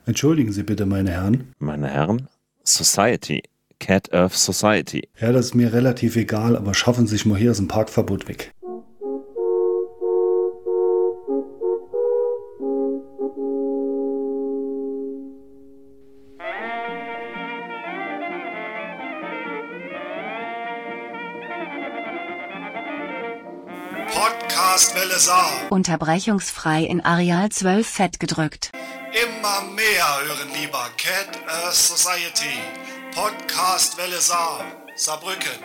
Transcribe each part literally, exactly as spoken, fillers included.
Entschuldigen Sie bitte, meine Herren. Meine Herren, Society. Cat Earth Society. Ja, das ist mir relativ egal, aber schaffen Sie sich mal hier aus dem Parkverbot weg. Podcast-Welle Saar. Unterbrechungsfrei in Areal zwölf fett gedrückt. Immer mehr hören lieber Cat Earth Society. Podcast-Welle Saar. Saarbrücken.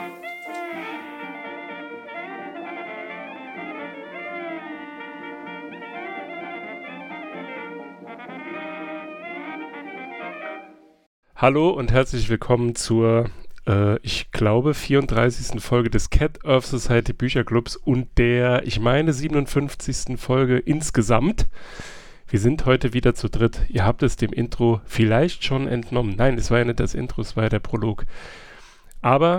Hallo und herzlich willkommen zur, äh, ich glaube, vierunddreißigsten Folge des Cat Earth Society Bücherclubs und der, ich meine, siebenundfünfzigsten Folge insgesamt. Wir sind heute wieder zu dritt. Ihr habt es dem Intro vielleicht schon entnommen. Nein, es war ja nicht das Intro, es war ja der Prolog. Aber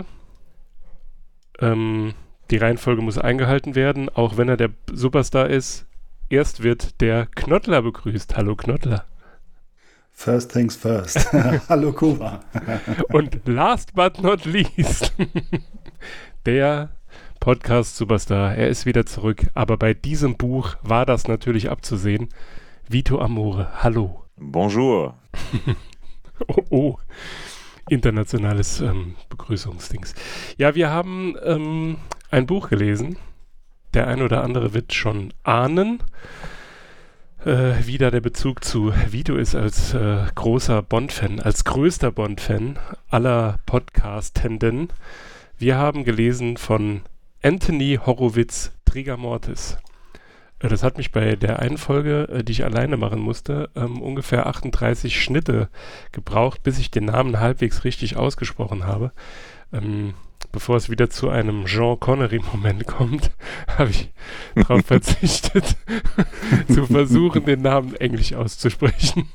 ähm, die Reihenfolge muss eingehalten werden, auch wenn er der Superstar ist. Erst wird der Knottler begrüßt. Hallo Knottler. First things first. Hallo Kuba. Und last but not least, der Podcast-Superstar. Er ist wieder zurück. Aber bei diesem Buch war das natürlich abzusehen. Vito Amore. Hallo. Bonjour. oh, oh. Internationales ähm, Begrüßungsdings. Ja, wir haben ähm, ein Buch gelesen. Der ein oder andere wird schon ahnen. Äh, wieder der Bezug zu Vito ist als äh, großer Bond-Fan, als größter Bond-Fan aller Podcastenden. Wir haben gelesen von Anthony Horowitz Trigger Mortis. Äh, das hat mich bei der einen Folge, äh, die ich alleine machen musste, ähm, ungefähr achtunddreißig Schnitte gebraucht, bis ich den Namen halbwegs richtig ausgesprochen habe. Ähm, Bevor es wieder zu einem Sean Connery-Moment kommt, habe ich darauf verzichtet, zu versuchen, den Namen englisch auszusprechen.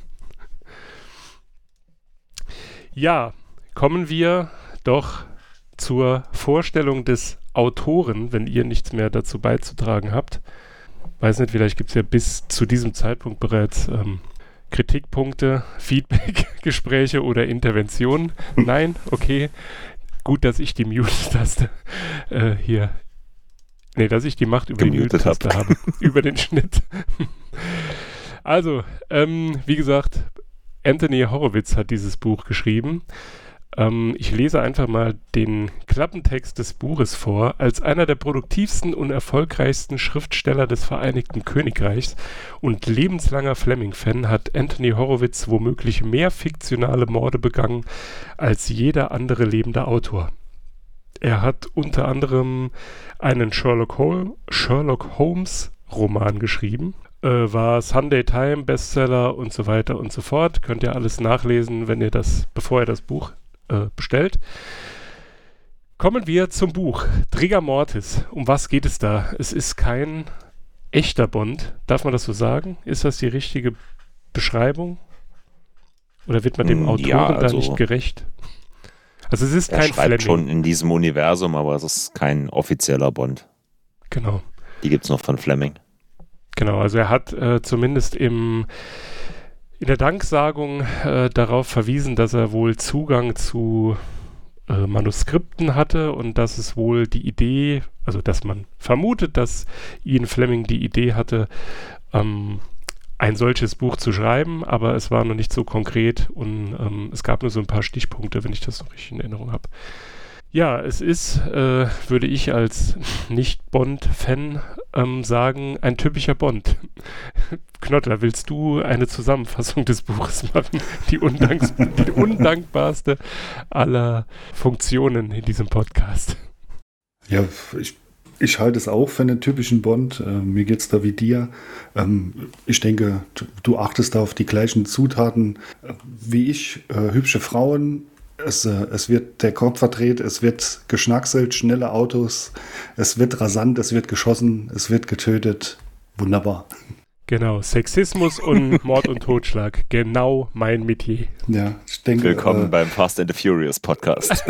Ja, kommen wir doch zur Vorstellung des Autoren, wenn ihr nichts mehr dazu beizutragen habt. Weiß nicht, vielleicht gibt es ja bis zu diesem Zeitpunkt bereits ähm, Kritikpunkte, Feedback-Gespräche oder Interventionen. Nein, okay. Gut, dass ich die Mute-Taste äh, hier, nee, dass ich die Macht über die Mute-Taste hab. habe, über den Schnitt. Also, ähm, wie gesagt, Anthony Horowitz hat dieses Buch geschrieben. Ähm, ich lese einfach mal den Klappentext des Buches vor. Als einer der produktivsten und erfolgreichsten Schriftsteller des Vereinigten Königreichs und lebenslanger Fleming-Fan hat Anthony Horowitz womöglich mehr fiktionale Morde begangen als jeder andere lebende Autor. Er hat unter anderem einen Sherlock, Hol- Sherlock Holmes Roman geschrieben, äh, war Sunday Time Bestseller und so weiter und so fort. Könnt ihr alles nachlesen, wenn ihr das, bevor ihr das Buch bestellt. Kommen wir zum Buch Trigger Mortis. Um was geht es da? Es ist kein echter Bond. Darf man das so sagen? Ist das die richtige Beschreibung? Oder wird man dem Autoren ja, also, da nicht gerecht? Also es ist er kein schreibt Fleming. Schon in diesem Universum, aber es ist kein offizieller Bond. Genau. Die gibt es noch von Fleming. Genau, also er hat äh, zumindest im in der Danksagung äh, darauf verwiesen, dass er wohl Zugang zu äh, Manuskripten hatte und dass es wohl die Idee, also dass man vermutet, dass Ian Fleming die Idee hatte, ähm, ein solches Buch zu schreiben, aber es war noch nicht so konkret und ähm, es gab nur so ein paar Stichpunkte, wenn ich das noch richtig in Erinnerung habe. Ja, es ist, äh, würde ich als Nicht-Bond-Fan ähm, sagen, ein typischer Bond. Knottler, willst du eine Zusammenfassung des Buches machen? Die, undanks- die undankbarste aller Funktionen in diesem Podcast. Ja, ich, ich halte es auch für einen typischen Bond. Äh, mir geht es da wie dir. Ähm, ich denke, du, du achtest da auf die gleichen Zutaten äh, wie ich. Äh, hübsche Frauen. Es, äh, es wird der Kopf verdreht, es wird geschnackselt, schnelle Autos, es wird rasant, es wird geschossen, es wird getötet. Wunderbar. Genau, Sexismus und Mord und Totschlag. Genau mein Metier. Ja, ich denke, Willkommen äh, beim Fast and the Furious Podcast.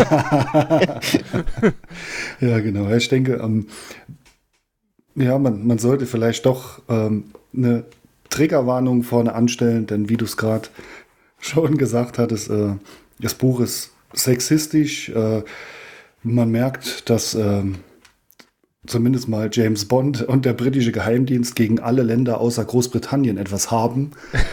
Ja, genau. Ich denke, ähm, ja, man, man sollte vielleicht doch ähm, eine Triggerwarnung vorne anstellen, denn wie du es gerade schon gesagt hattest, äh, das Buch ist sexistisch. Äh, man merkt, dass äh, zumindest mal James Bond und der britische Geheimdienst gegen alle Länder außer Großbritannien etwas haben.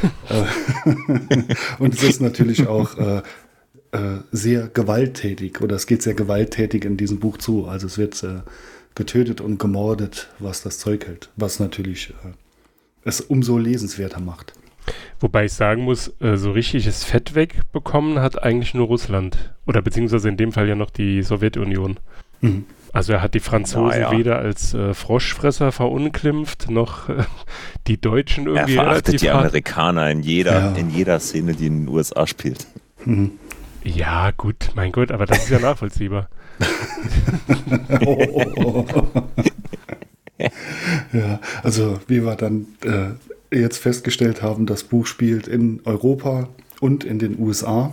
Und es ist natürlich auch äh, äh, sehr gewalttätig, oder es geht sehr gewalttätig in diesem Buch zu. Also es wird äh, getötet und gemordet, was das Zeug hält, was natürlich äh, es umso lesenswerter macht. Wobei ich sagen muss, äh, so richtiges Fett wegbekommen hat eigentlich nur Russland. Oder beziehungsweise in dem Fall ja noch die Sowjetunion. Mhm. Also er hat die Franzosen Ja, ja. weder als äh, Froschfresser verunglimpft, noch äh, die Deutschen Er irgendwie verachtet relativ die hart. Amerikaner in jeder, Ja. in jeder Szene, die in den U S A spielt. Mhm. Ja, gut, mein Gott, aber das ist ja nachvollziehbar. Oh, oh, oh. Ja, also wie wir dann äh, jetzt festgestellt haben, das Buch spielt in Europa und in den U S A.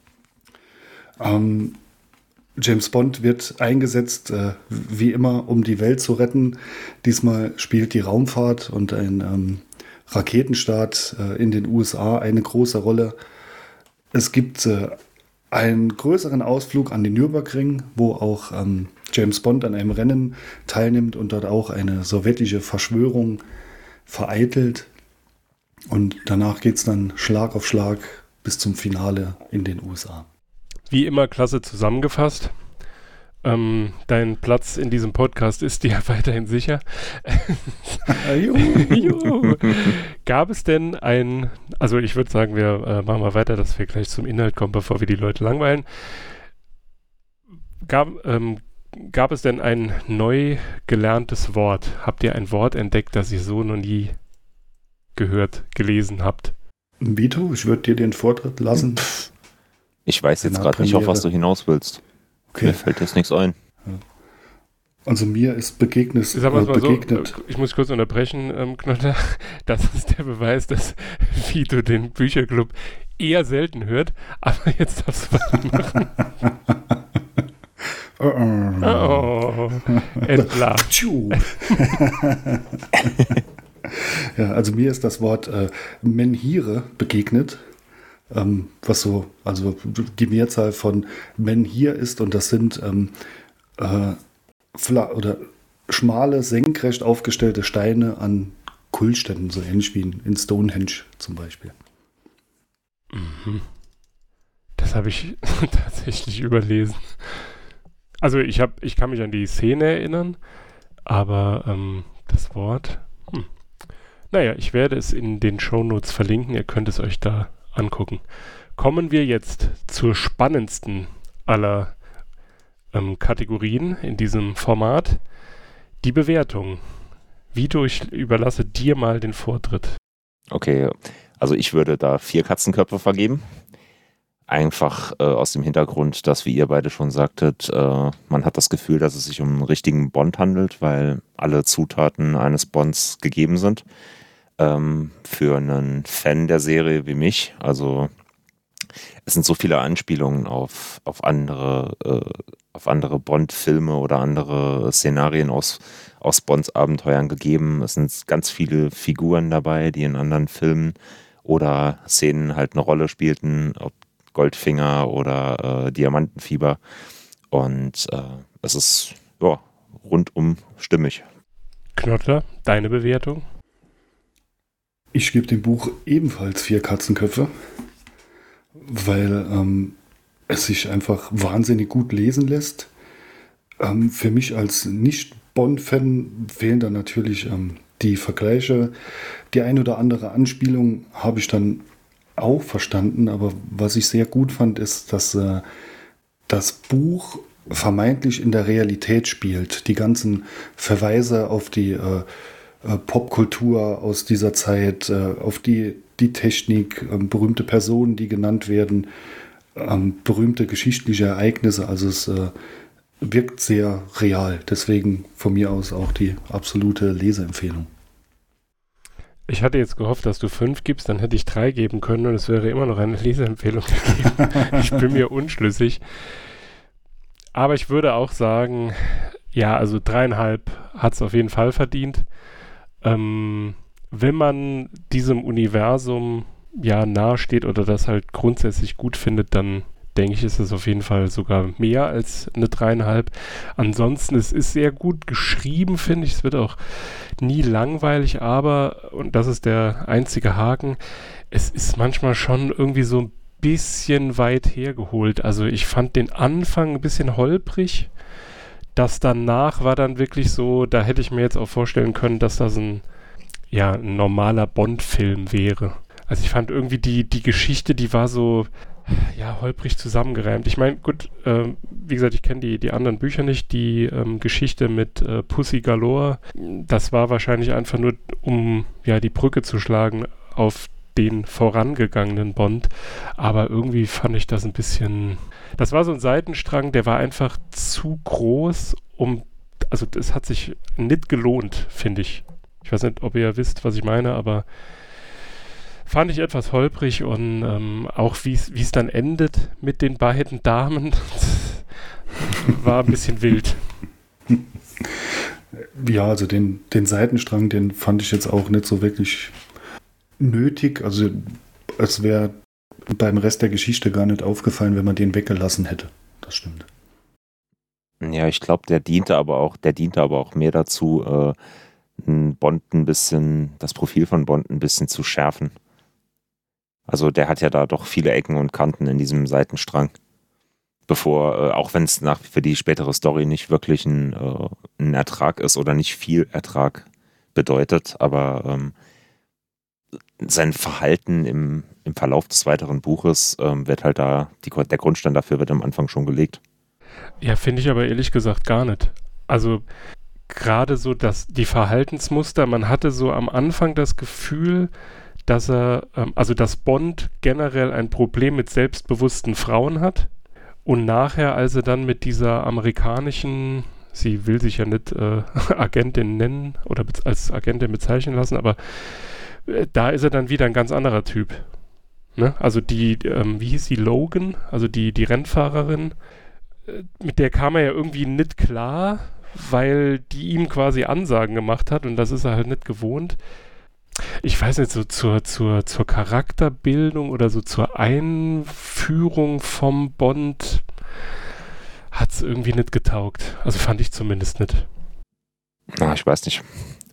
Ähm, James Bond wird eingesetzt, äh, wie immer, um die Welt zu retten. Diesmal spielt die Raumfahrt und ein ähm, Raketenstart äh, in den U S A eine große Rolle. Es gibt äh, einen größeren Ausflug an den Nürburgring, wo auch ähm, James Bond an einem Rennen teilnimmt und dort auch eine sowjetische Verschwörung vereitelt. Und danach geht es dann Schlag auf Schlag bis zum Finale in den U S A. Wie immer klasse zusammengefasst. Ähm, dein Platz in diesem Podcast ist dir weiterhin sicher. Juhu. Gab es denn ein, also ich würde sagen, wir äh, machen mal weiter, dass wir gleich zum Inhalt kommen, bevor wir die Leute langweilen. Gab, ähm, gab es denn ein neu gelerntes Wort? Habt ihr ein Wort entdeckt, das ihr so noch nie gehört, gelesen habt? Vito, ich würde dir den Vortritt lassen. Ich weiß jetzt Na, gerade nicht, auf Premiere. was du hinaus willst. Okay. Mir fällt jetzt nichts ein. Also mir ist begegnet, Ich sag mal, äh, mal so, begegnet. äh, ich muss kurz unterbrechen, ähm, Knotter. Das ist der Beweis, dass Vito den Bücherclub eher selten hört, aber jetzt darfst du weitermachen. Oh, oh. Oh, entlarvt. Tschu. Ja, also mir ist das Wort äh, Menhire begegnet, ähm, was so, also die Mehrzahl von Menhir ist, und das sind ähm, äh, fla- oder schmale, senkrecht aufgestellte Steine an Kultstätten, so ähnlich wie in, in Stonehenge zum Beispiel. Mhm. Das habe ich tatsächlich überlesen. Also ich habe, ich kann mich an die Szene erinnern, aber ähm, das Wort, hm. Naja, ich werde es in den Shownotes verlinken, ihr könnt es euch da angucken. Kommen wir jetzt zur spannendsten aller ähm, Kategorien in diesem Format, die Bewertung. Vito, ich überlasse dir mal den Vortritt. Okay, also ich würde da vier Katzenköpfe vergeben. Einfach äh, aus dem Hintergrund, dass, wie ihr beide schon sagtet, äh, man hat das Gefühl, dass es sich um einen richtigen Bond handelt, weil alle Zutaten eines Bonds gegeben sind. Ähm, für einen Fan der Serie wie mich, also es sind so viele Anspielungen auf, auf andere, äh, auf andere Bond-Filme oder andere Szenarien aus, aus Bonds Abenteuern gegeben. Es sind ganz viele Figuren dabei, die in anderen Filmen oder Szenen halt eine Rolle spielten, ob Goldfinger oder äh, Diamantenfieber. Und äh, es ist ja, rundum stimmig. Knottler, deine Bewertung? Ich gebe dem Buch ebenfalls vier Katzenköpfe, weil ähm, es sich einfach wahnsinnig gut lesen lässt. Ähm, für mich als Nicht-Bond-Fan fehlen dann natürlich ähm, die Vergleiche. Die ein oder andere Anspielung habe ich dann auch verstanden, aber was ich sehr gut fand, ist, dass äh, das Buch vermeintlich in der Realität spielt. Die ganzen Verweise auf die äh, äh, Popkultur aus dieser Zeit, äh, auf die, die Technik, äh, berühmte Personen, die genannt werden, äh, berühmte geschichtliche Ereignisse. Also es äh, wirkt sehr real. Deswegen von mir aus auch die absolute Leseempfehlung. Ich hatte jetzt gehofft, dass du fünf gibst, dann hätte ich drei geben können und es wäre immer noch eine Leseempfehlung gegeben. Ich bin mir unschlüssig. Aber ich würde auch sagen, ja, also dreieinhalb hat es auf jeden Fall verdient. Ähm, wenn man diesem Universum ja nahesteht oder das halt grundsätzlich gut findet, dann denke ich, ist es auf jeden Fall sogar mehr als eine dreieinhalb. Ansonsten, es ist sehr gut geschrieben, finde ich. Es wird auch nie langweilig, aber, und das ist der einzige Haken, es ist manchmal schon irgendwie so ein bisschen weit hergeholt. Also ich fand den Anfang ein bisschen holprig. Das danach war dann wirklich so, da hätte ich mir jetzt auch vorstellen können, dass das ein, ja, ein normaler Bond-Film wäre. Also ich fand irgendwie die, die Geschichte, die war so, ja, holprig zusammengereimt. Ich meine, gut, äh, wie gesagt, ich kenne die, die anderen Bücher nicht. Die ähm, Geschichte mit äh, Pussy Galore, das war wahrscheinlich einfach nur, um ja die Brücke zu schlagen auf den vorangegangenen Bond. Aber irgendwie fand ich das ein bisschen, das war so ein Seitenstrang, der war einfach zu groß, um, also es hat sich nicht gelohnt, finde ich. Ich weiß nicht, ob ihr wisst, was ich meine, aber fand ich etwas holprig und ähm, auch wie es dann endet mit den beiden Damen, war ein bisschen wild. Ja, also den, den Seitenstrang, den fand ich jetzt auch nicht so wirklich nötig. Also es wäre beim Rest der Geschichte gar nicht aufgefallen, wenn man den weggelassen hätte. Das stimmt. Ja, ich glaube, der diente aber auch, der diente aber auch mehr dazu, äh, Bond ein bisschen, das Profil von Bond ein bisschen zu schärfen. Also der hat ja da doch viele Ecken und Kanten in diesem Seitenstrang. Bevor, äh, auch wenn es nach für die spätere Story nicht wirklich ein, äh, ein Ertrag ist oder nicht viel Ertrag bedeutet, aber ähm, sein Verhalten im, im Verlauf des weiteren Buches ähm, wird halt da, die, der Grundstein dafür wird am Anfang schon gelegt. Ja, finde ich aber ehrlich gesagt gar nicht. Also gerade so, dass die Verhaltensmuster, man hatte so am Anfang das Gefühl, dass er, ähm, also dass Bond generell ein Problem mit selbstbewussten Frauen hat und nachher, als er dann mit dieser amerikanischen, sie will sich ja nicht äh, Agentin nennen oder bez- als Agentin bezeichnen lassen, aber äh, da ist er dann wieder ein ganz anderer Typ. Ne? Also die, ähm, wie hieß sie, Logan, also die, die Rennfahrerin, äh, mit der kam er ja irgendwie nicht klar, weil die ihm quasi Ansagen gemacht hat und das ist er halt nicht gewohnt. Ich weiß nicht, so zur, zur, zur Charakterbildung oder so zur Einführung vom Bond hat es irgendwie nicht getaugt. Also fand ich zumindest nicht. Na, ich weiß nicht.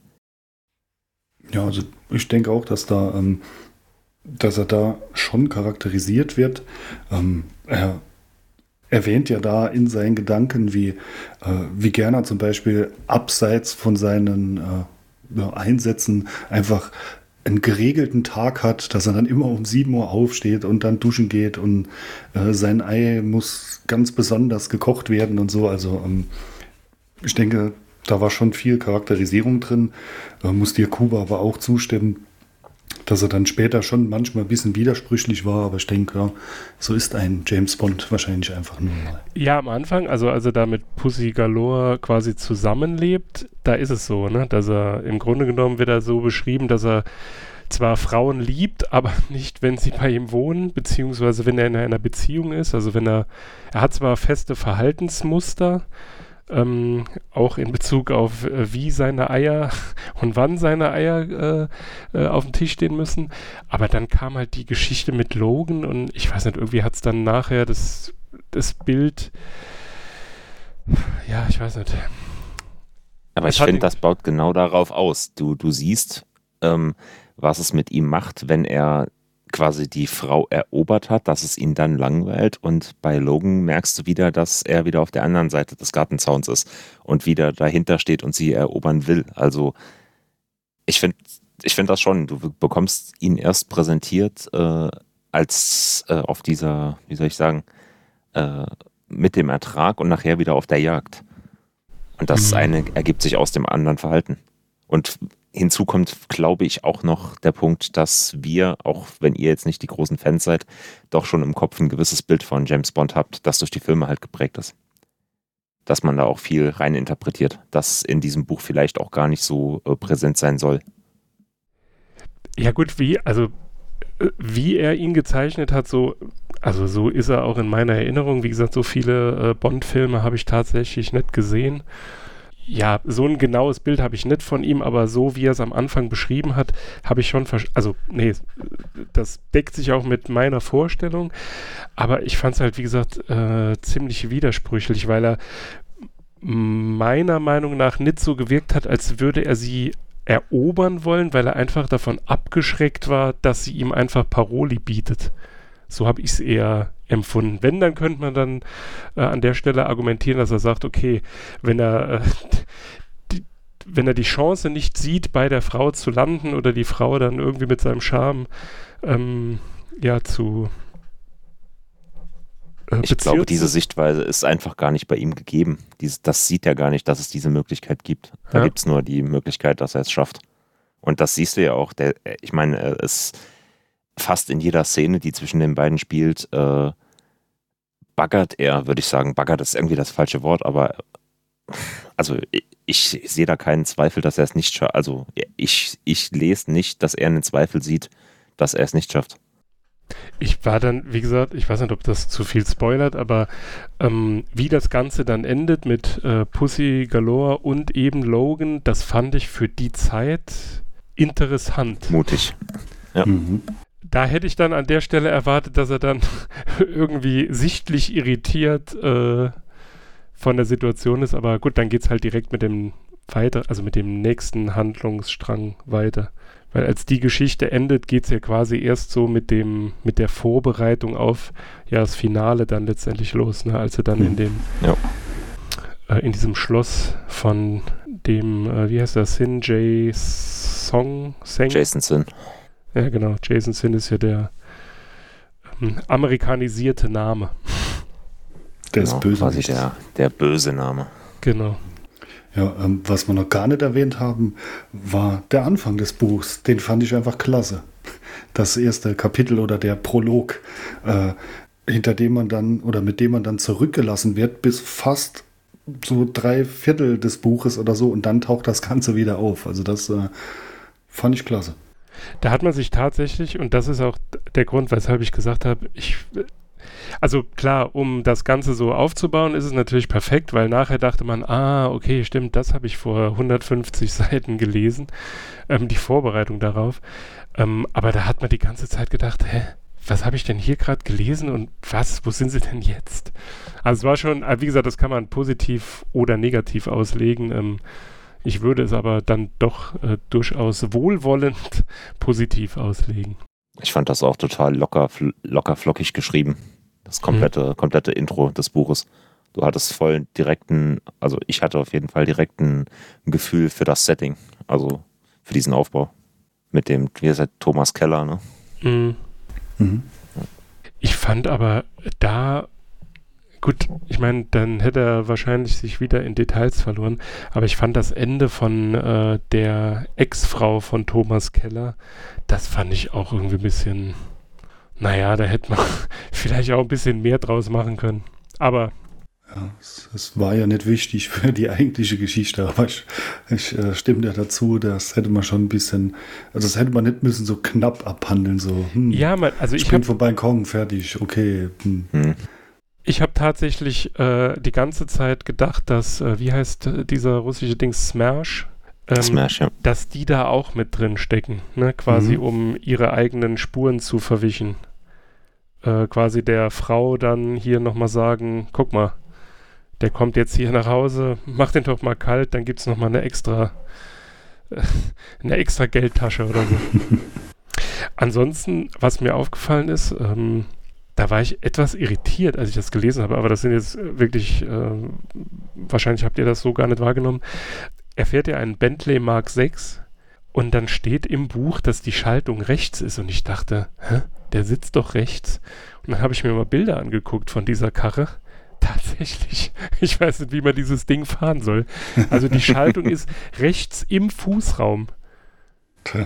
Ja, also ich denke auch, dass da, ähm, dass er da schon charakterisiert wird. Ähm, er erwähnt ja da in seinen Gedanken, wie, äh, wie gerne er zum Beispiel abseits von seinen äh, ja, Einsätzen einfach einen geregelten Tag hat, dass er dann immer um sieben Uhr aufsteht und dann duschen geht und äh, sein Ei muss ganz besonders gekocht werden und so. Also ähm, ich denke, da war schon viel Charakterisierung drin. Äh, muss dir Kuba aber auch zustimmen, dass er dann später schon manchmal ein bisschen widersprüchlich war, aber ich denke, ja, so ist ein James Bond wahrscheinlich einfach nur mal. Ja, am Anfang, also als er da mit Pussy Galore quasi zusammenlebt, da ist es so, ne, dass er im Grunde genommen wird er so beschrieben, dass er zwar Frauen liebt, aber nicht, wenn sie bei ihm wohnen, beziehungsweise wenn er in einer Beziehung ist, also wenn er, er hat zwar feste Verhaltensmuster, Ähm, auch in Bezug auf äh, wie seine Eier und wann seine Eier äh, äh, auf dem Tisch stehen müssen. Aber dann kam halt die Geschichte mit Logan und ich weiß nicht, irgendwie hat es dann nachher das, das Bild, ja, ich weiß nicht. Aber Das ich hat finde, ihn- das baut genau darauf aus. Du, du siehst, ähm, was es mit ihm macht, wenn er quasi die Frau erobert hat, dass es ihn dann langweilt und bei Logan merkst du wieder, dass er wieder auf der anderen Seite des Gartenzauns ist und wieder dahinter steht und sie erobern will. Also ich finde ich finde das schon, du bekommst ihn erst präsentiert äh, als äh, auf dieser, wie soll ich sagen, äh, mit dem Ertrag und nachher wieder auf der Jagd. Und das Mhm. eine ergibt sich aus dem anderen Verhalten. Und hinzu kommt, glaube ich, auch noch der Punkt, dass wir, auch wenn ihr jetzt nicht die großen Fans seid, doch schon im Kopf ein gewisses Bild von James Bond habt, das durch die Filme halt geprägt ist. Dass man da auch viel rein interpretiert, das in diesem Buch vielleicht auch gar nicht so äh, präsent sein soll. Ja gut, wie, also äh, wie er ihn gezeichnet hat, so, also so ist er auch in meiner Erinnerung. Wie gesagt, so viele äh, Bond-Filme habe ich tatsächlich nicht gesehen. ja, so ein genaues Bild habe ich nicht von ihm, aber so wie er es am Anfang beschrieben hat, habe ich schon, vers- also nee, das deckt sich auch mit meiner Vorstellung, aber ich fand es halt, wie gesagt, äh, ziemlich widersprüchlich, weil er meiner Meinung nach nicht so gewirkt hat, als würde er sie erobern wollen, weil er einfach davon abgeschreckt war, dass sie ihm einfach Paroli bietet. So habe ich es eher empfunden. Wenn, dann könnte man dann äh, an der Stelle argumentieren, dass er sagt, okay, wenn er äh, die, wenn er die Chance nicht sieht, bei der Frau zu landen oder die Frau dann irgendwie mit seinem Charme ähm, ja zu äh, Ich glaube, beziert diese zu- Sichtweise ist einfach gar nicht bei ihm gegeben. Dies, das sieht er gar nicht, dass es diese Möglichkeit gibt. Da Ja. gibt es nur die Möglichkeit, dass er es schafft. Und das siehst du ja auch. Der, ich meine, er ist fast in jeder Szene, die zwischen den beiden spielt, äh, baggert er, würde ich sagen. Baggert ist irgendwie das falsche Wort, aber also ich, ich sehe da keinen Zweifel, dass er es nicht schafft. Also ich, ich lese nicht, dass er einen Zweifel sieht, dass er es nicht schafft. Ich war dann, wie gesagt, ich weiß nicht, ob das zu viel spoilert, aber ähm, wie das Ganze dann endet mit äh, Pussy Galore und eben Logan, das fand ich für die Zeit interessant. Mutig. Ja. Mhm. Da hätte ich dann an der Stelle erwartet, dass er dann irgendwie sichtlich irritiert äh, von der Situation ist, aber gut, dann geht es halt direkt mit dem weiter, also mit dem nächsten Handlungsstrang weiter. Weil als die Geschichte endet, geht es ja quasi erst so mit dem, mit der Vorbereitung auf ja das Finale dann letztendlich los, ne? Als er dann Mhm. in dem Ja. äh, in diesem Schloss von dem, äh, wie heißt das, Sin Jay Song Seng? Jason Sin. Ja, genau. Jason Sin ist ja der ähm, amerikanisierte Name. Der Genau, ist böse. quasi der, der böse Name. Genau. Ja, ähm, was wir noch gar nicht erwähnt haben, war der Anfang des Buchs. Den fand ich einfach klasse. Das erste Kapitel oder der Prolog, äh, hinter dem man dann oder mit dem man dann zurückgelassen wird, bis fast so drei Viertel des Buches oder so, und dann taucht das Ganze wieder auf. Also das äh, fand ich klasse. Da hat man sich tatsächlich, und das ist auch d- der Grund, weshalb ich gesagt habe, ich, also klar, um das Ganze so aufzubauen, ist es natürlich perfekt, weil nachher dachte man, ah, okay, stimmt, das habe ich vor hundertfünfzig Seiten gelesen, ähm, die Vorbereitung darauf. Ähm, aber da hat man die ganze Zeit gedacht, hä, was habe ich denn hier gerade gelesen und was, wo sind sie denn jetzt? Also es war schon, äh, wie gesagt, das kann man positiv oder negativ auslegen. Ähm, ich würde es aber dann doch äh, durchaus wohlwollend positiv auslegen. Ich fand das auch total locker, fl- locker flockig geschrieben. Das komplette, komplette Intro des Buches. Du hattest voll direkten, also ich hatte auf jeden Fall direkten Gefühl für das Setting, also für diesen Aufbau. Mit dem, wie ist er, Thomas Keller, ne? Mhm. Mhm. Ich fand aber da, gut, ich meine, dann hätte er wahrscheinlich sich wieder in Details verloren, aber ich fand das Ende von äh, der Ex-Frau von Thomas Keller, das fand ich auch irgendwie ein bisschen, naja, da hätte man vielleicht auch ein bisschen mehr draus machen können. Aber Ja, es, es war ja nicht wichtig für die eigentliche Geschichte, aber ich, ich äh, stimme dir dazu, das hätte man schon ein bisschen, also das hätte man nicht müssen so knapp abhandeln, so, hm, ja, man, also ich ich bin habe vom Balkon, fertig, okay. Hm. Hm. ich hab tatsächlich äh, die ganze Zeit gedacht, dass, äh, wie heißt äh, dieser russische Ding, Smash? Ähm, Smash, ja. dass die da auch mit drin stecken, ne? Quasi Mhm. um ihre eigenen Spuren zu verwischen. Äh, quasi der Frau dann hier nochmal sagen, guck mal, der kommt jetzt hier nach Hause, mach den doch mal kalt, dann gibt's nochmal eine extra äh, eine extra Geldtasche oder so. Ansonsten, was mir aufgefallen ist, ähm, da war ich etwas irritiert, als ich das gelesen habe, aber das sind jetzt äh, wirklich, äh, wahrscheinlich habt ihr das so gar nicht wahrgenommen. Er fährt ja einen Bentley Mark sechs und dann steht im Buch, dass die Schaltung rechts ist und ich dachte, hä, der sitzt doch rechts. Und dann habe ich mir mal Bilder angeguckt von dieser Karre. Tatsächlich, ich weiß nicht, wie man dieses Ding fahren soll. Also die Schaltung ist rechts im Fußraum. Tja.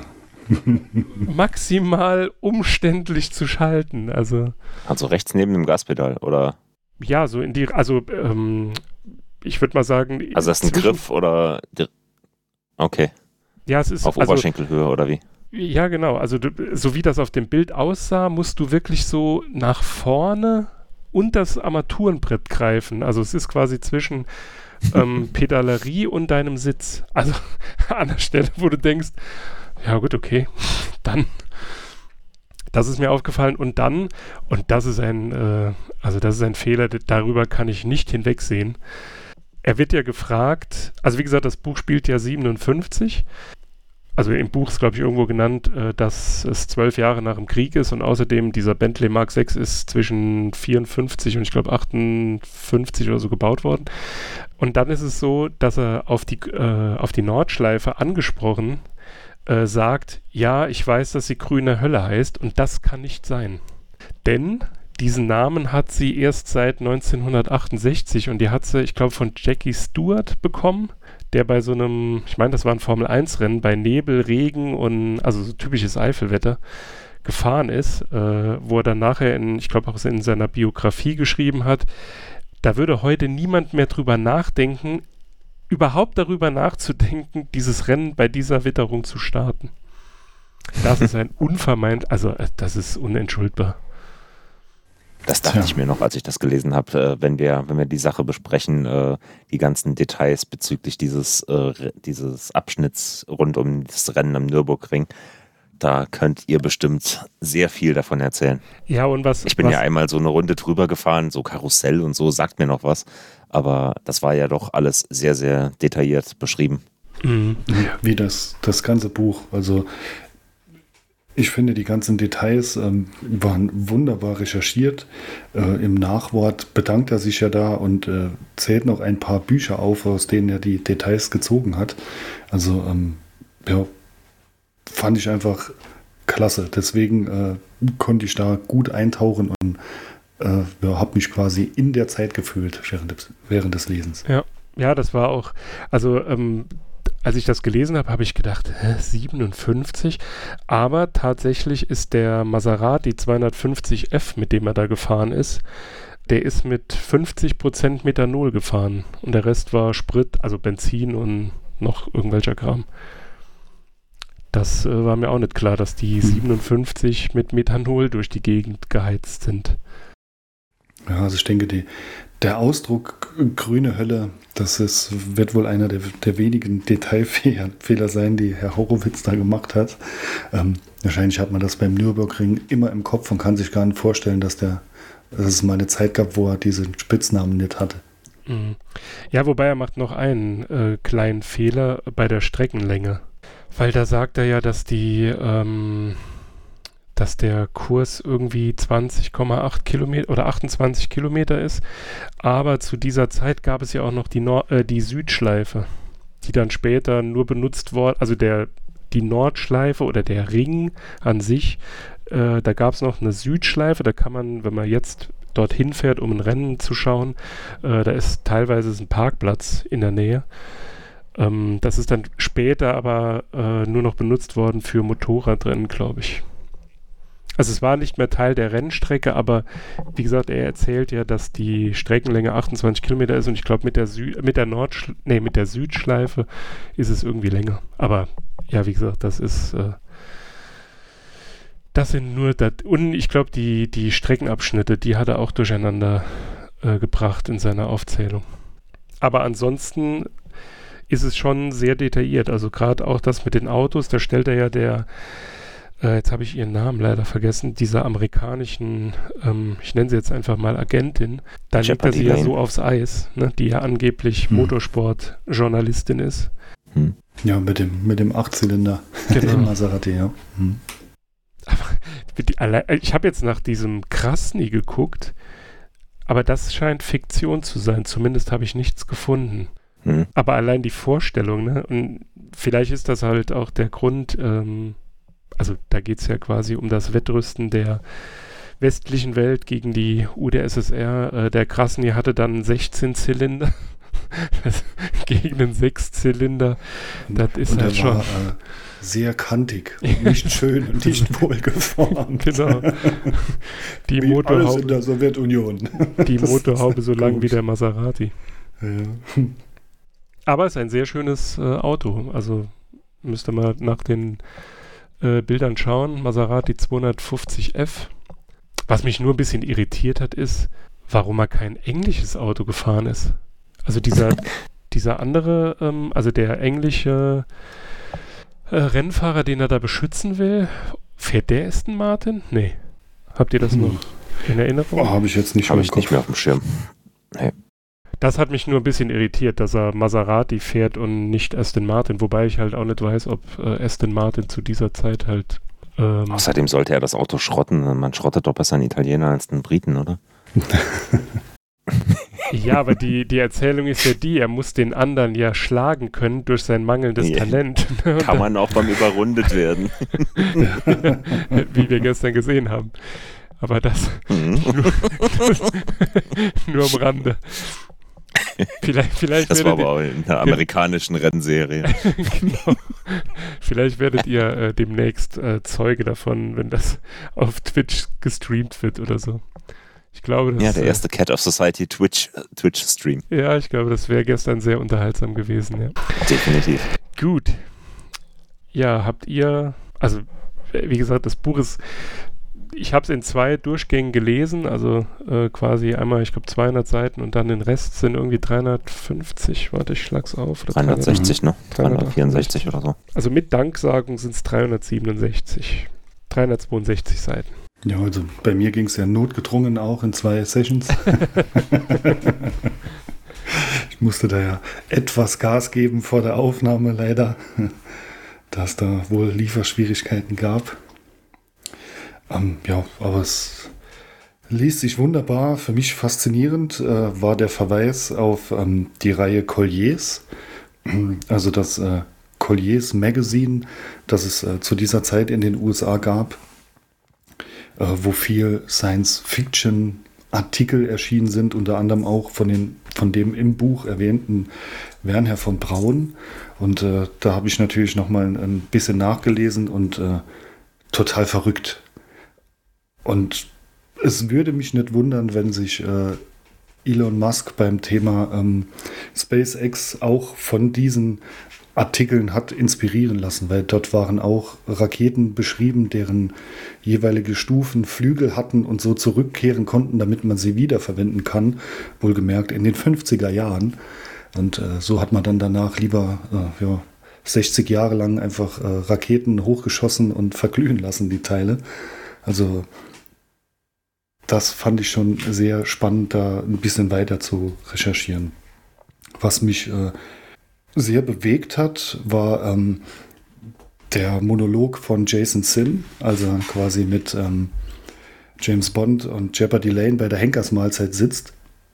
Maximal umständlich zu schalten. Also Also rechts neben dem Gaspedal, oder? ja, so in die, also ähm, ich würde mal sagen. Also das ist ein zwischen- Griff oder. di- Okay, Ja, es ist auf also, Oberschenkelhöhe oder wie? ja, genau. Also du, so wie das auf dem Bild aussah, musst du wirklich so nach vorne und das Armaturenbrett greifen. Also es ist quasi zwischen ähm, Pedalerie und deinem Sitz. Also an der Stelle, wo du denkst, ja gut, okay, dann, das ist mir aufgefallen. Und dann, und das ist ein, äh, also das ist ein Fehler, darüber kann ich nicht hinwegsehen. Er wird ja gefragt, also wie gesagt, das Buch spielt ja siebenundfünfzig. Also im Buch ist, glaube ich, irgendwo genannt, äh, dass es zwölf Jahre nach dem Krieg ist und außerdem dieser Bentley Mark sechs ist zwischen vierundfünfzig und ich glaube achtundfünfzig oder so gebaut worden. Und dann ist es so, dass er auf die, äh, auf die Nordschleife angesprochen äh, sagt, ja, ich weiß, dass sie grüne Hölle heißt und das kann nicht sein. Denn diesen Namen hat sie erst seit neunzehnhundertachtundsechzig und die hat sie, ich glaube, von Jackie Stewart bekommen, der bei so einem, ich meine, das war ein Formel eins Rennen, bei Nebel, Regen und, also so typisches Eifelwetter, gefahren ist, äh, wo er dann nachher, in, ich glaube auch in seiner Biografie geschrieben hat, da würde heute niemand mehr drüber nachdenken, überhaupt darüber nachzudenken, dieses Rennen bei dieser Witterung zu starten. Das ist ein unvermeint, also äh, das ist unentschuldbar. Das dachte Tja. ich mir noch, als ich das gelesen habe, äh, wenn wir, wenn wir die Sache besprechen, äh, die ganzen Details bezüglich dieses, äh, dieses Abschnitts rund um das Rennen am Nürburgring, da könnt ihr bestimmt sehr viel davon erzählen. Ja, und was... Ich bin was, ja einmal so eine Runde drüber gefahren, so Karussell und so, sagt mir noch was, aber das war ja doch alles sehr, sehr detailliert beschrieben. Mhm. Wie das, das ganze Buch. Also ich finde, die ganzen Details ähm, waren wunderbar recherchiert. Äh, Im Nachwort bedankt er sich ja da und äh, zählt noch ein paar Bücher auf, aus denen er die Details gezogen hat. Also ähm, ja, fand ich einfach klasse. Deswegen äh, konnte ich da gut eintauchen und äh, ja, habe mich quasi in der Zeit gefühlt während des, während des Lesens. Ja, ja, das war auch, also ähm, als ich das gelesen habe, habe ich gedacht, hä, siebenundfünfzig? Aber tatsächlich ist der Maserati zweihundertfünfzig F, mit dem er da gefahren ist, der ist mit fünfzig Prozent Methanol gefahren und der Rest war Sprit, also Benzin und noch irgendwelcher Kram. Das äh, war mir auch nicht klar, dass die siebenundfünfzig mit Methanol durch die Gegend geheizt sind. Ja, also ich denke, die, der Ausdruck grüne Hölle, das ist, wird wohl einer der, der wenigen Detailfehler sein, die Herr Horowitz da gemacht hat. Ähm, wahrscheinlich hat man das beim Nürburgring immer im Kopf und kann sich gar nicht vorstellen, dass, der, dass es mal eine Zeit gab, wo er diesen Spitznamen nicht hatte. Mhm. Ja, wobei er macht noch einen äh, kleinen Fehler bei der Streckenlänge. Weil da sagt er ja, dass die, ähm, dass der Kurs irgendwie zwanzig Komma acht Kilometer oder achtundzwanzig Kilometer ist. Aber zu dieser Zeit gab es ja auch noch die, Nord- äh, die Südschleife, die dann später nur benutzt wurde, also der, die Nordschleife oder der Ring an sich, äh, da gab es noch eine Südschleife, da kann man, wenn man jetzt dorthin fährt, um ein Rennen zu schauen, äh, da ist teilweise ein Parkplatz in der Nähe. Ähm, das ist dann später aber äh, nur noch benutzt worden für Motorradrennen, glaube ich. Also es war nicht mehr Teil der Rennstrecke, aber wie gesagt, er erzählt ja, dass die Streckenlänge achtundzwanzig Kilometer ist und ich glaube mit der Sü- mit der Nordsch- nee, mit der Südschleife ist es irgendwie länger. Aber ja, wie gesagt, das ist äh, das sind nur dat- und ich glaube die, die Streckenabschnitte, die hat er auch durcheinander äh, gebracht in seiner Aufzählung. Aber ansonsten ist es schon sehr detailliert. Also gerade auch das mit den Autos, da stellt er ja der Äh, jetzt habe ich ihren Namen leider vergessen, dieser amerikanischen, ähm, ich nenne sie jetzt einfach mal Agentin, da legt er sie ja so aufs Eis, ne, die ja angeblich Hm. Motorsport-Journalistin ist. Hm. Ja, mit dem, mit dem Achtzylinder Genau. im Maserati, ja. Hm. Aber die, alle, ich habe jetzt nach diesem Krasny geguckt, aber das scheint Fiktion zu sein, zumindest habe ich nichts gefunden. Hm. Aber allein die Vorstellung, ne, und vielleicht ist das halt auch der Grund, ähm, also da geht es ja quasi um das Wettrüsten der westlichen Welt gegen die U d S S R. Äh, der Krasny hatte dann einen sechzehn Zylinder gegen einen sechs Zylinder. Das ist und halt er schon... war äh, sehr kantig und nicht schön und nicht wohlgeformt. Genau. Die Wie alles in Motorhaube, der Sowjetunion. die Das Motorhaube ist so lang wie komisch. der Maserati. Ja. Aber es ist ein sehr schönes äh, Auto. Also müsste man nach den äh, Bildern schauen. Maserati zweihundertfünfzig F. Was mich nur ein bisschen irritiert hat, ist, warum er kein englisches Auto gefahren ist. Also dieser, dieser andere, ähm, also der englische äh, Rennfahrer, den er da beschützen will, fährt der Aston Martin? Nee. Habt ihr das hm. noch in Erinnerung? Oh, habe ich jetzt nicht, Habe ich nicht mehr auf dem Schirm. Nee. Das hat mich nur ein bisschen irritiert, dass er Maserati fährt und nicht Aston Martin, wobei ich halt auch nicht weiß, ob äh, Aston Martin zu dieser Zeit halt... Ähm Außerdem sollte er das Auto schrotten. Man schrottet doch besser einen Italiener als einen Briten, oder? Ja, aber die, die Erzählung ist ja die, er muss den anderen ja schlagen können durch sein mangelndes Ja. Talent. Kann man auch beim überrundet werden. Wie wir gestern gesehen haben. Aber das Mhm. nur, nur am Rande. Vielleicht, vielleicht Das war werdet aber auch in einer amerikanischen Rennserie. ihr, genau. Vielleicht werdet ihr äh, demnächst äh, Zeuge davon, wenn das auf Twitch gestreamt wird oder so. Ich glaube, das, Ja, der erste Cat of Society Twitch, äh, Twitch-Stream. äh, ja, ich glaube, das wäre gestern sehr unterhaltsam gewesen. Ja. Definitiv. Gut. Ja, habt ihr, also wie gesagt, das Buch ist, ich habe es in zwei Durchgängen gelesen, also äh, quasi einmal, ich glaube, zweihundert Seiten und dann den Rest sind irgendwie dreihundertfünfzig, warte, ich schlag's auf. Oder dreihundertsechzig, ne? dreihundertvierundsechzig dreihundertvierundsechzig oder so. Also mit Danksagung sind es dreihundertsiebenundsechzig. dreihundertzweiundsechzig Seiten. Ja, also bei mir ging es ja notgedrungen auch in zwei Sessions. Ich musste da ja etwas Gas geben vor der Aufnahme, leider, da es da wohl Lieferschwierigkeiten gab. Ähm, ja, aber es liest sich wunderbar. Für mich faszinierend äh, war der Verweis auf ähm, die Reihe Colliers, also das äh, Colliers Magazine, das es äh, zu dieser Zeit in den U S A gab, äh, wo viel Science-Fiction-Artikel erschienen sind, unter anderem auch von, den, von dem im Buch erwähnten Wernher von Braun. Und äh, da habe ich natürlich noch mal ein, ein bisschen nachgelesen und äh, total verrückt. Und es würde mich nicht wundern, wenn sich äh, Elon Musk beim Thema ähm, SpaceX auch von diesen Artikeln hat inspirieren lassen, weil dort waren auch Raketen beschrieben, deren jeweilige Stufen Flügel hatten und so zurückkehren konnten, damit man sie wiederverwenden kann, wohlgemerkt in den fünfziger Jahren. Und äh, so hat man dann danach lieber äh, ja, sechzig Jahre lang einfach äh, Raketen hochgeschossen und verglühen lassen, die Teile. Also das fand ich schon sehr spannend, da ein bisschen weiter zu recherchieren. Was mich äh, sehr bewegt hat, war ähm, der Monolog von Jason Sim, also quasi mit ähm, James Bond und Jeopardy Lane bei der Henkersmahlzeit sitzt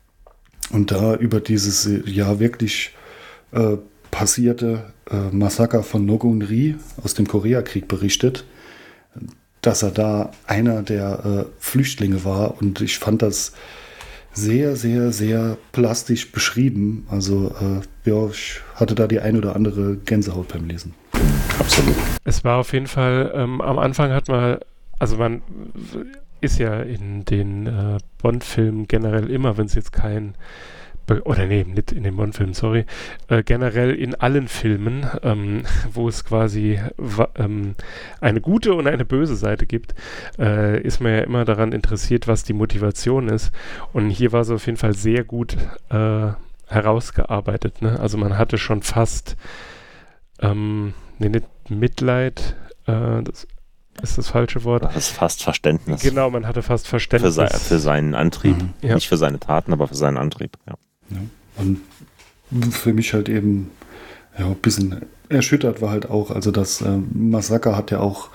und da über dieses ja wirklich äh, passierte äh, Massaker von Nogon-ri aus dem Koreakrieg berichtet, dass er da einer der äh, Flüchtlinge war, und ich fand das sehr, sehr, sehr plastisch beschrieben. Also äh, ja, ich hatte da die ein oder andere Gänsehaut beim Lesen. Absolut. Es war auf jeden Fall, ähm, am Anfang hat man, also man ist ja in den äh, Bond-Filmen generell immer, wenn es jetzt kein oder nee, nicht in den Bond-Filmen, sorry, äh, generell in allen Filmen, ähm, wo es quasi wa- ähm, eine gute und eine böse Seite gibt, äh, ist man ja immer daran interessiert, was die Motivation ist. Und hier war es auf jeden Fall sehr gut äh, herausgearbeitet. Ne? Also man hatte schon fast ähm, nee, nicht Mitleid, äh, das ist das falsche Wort. Das ist fast Verständnis. Genau, man hatte fast Verständnis. Für, sei, für seinen Antrieb. Mhm. Ja. Nicht für seine Taten, aber für seinen Antrieb. Ja. Ja. Und für mich halt eben ja, ein bisschen erschüttert war halt auch, also das äh, Massaker hat ja auch